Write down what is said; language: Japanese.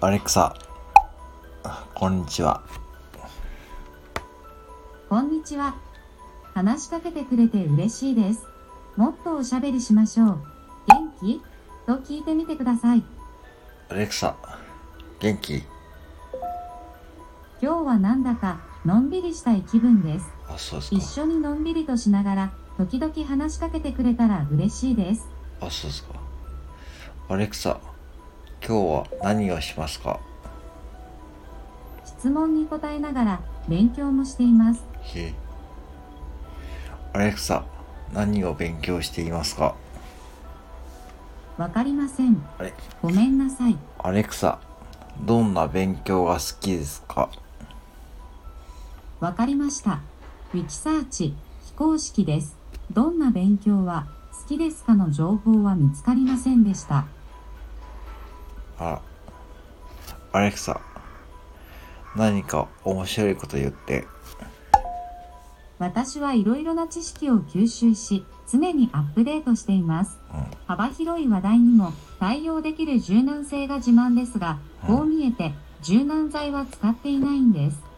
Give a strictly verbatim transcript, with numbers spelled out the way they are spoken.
アレクサ、こんにちは。 こんにちは。話しかけてくれて嬉しいです。もっとおしゃべりしましょう。元気？と聞いてみてください。 アレクサ、元気？ 今日はなんだかのんびりしたい気分です。 あ、そうですか。 一緒にのんびりとしながら時々話しかけてくれたら嬉しいです。 あ、そうですか。アレクサ、今日は何をしますか？ 質問に答えながら勉強もしています。 へえ。アレクサ、何を勉強していますか？ わかりません。 あれごめんなさい。 アレクサ、どんな勉強が好きですか？ わかりました。ウィキサーチ非公式です。どんな勉強は好きですかの情報は見つかりませんでした。 あ、アレクサ、何か面白いこと言って。 私はいろいろな知識を吸収し、常にアップデートしています。 うん、 幅広い話題にも対応できる柔軟性が自慢ですが、こう見えて柔軟剤は使っていないんです。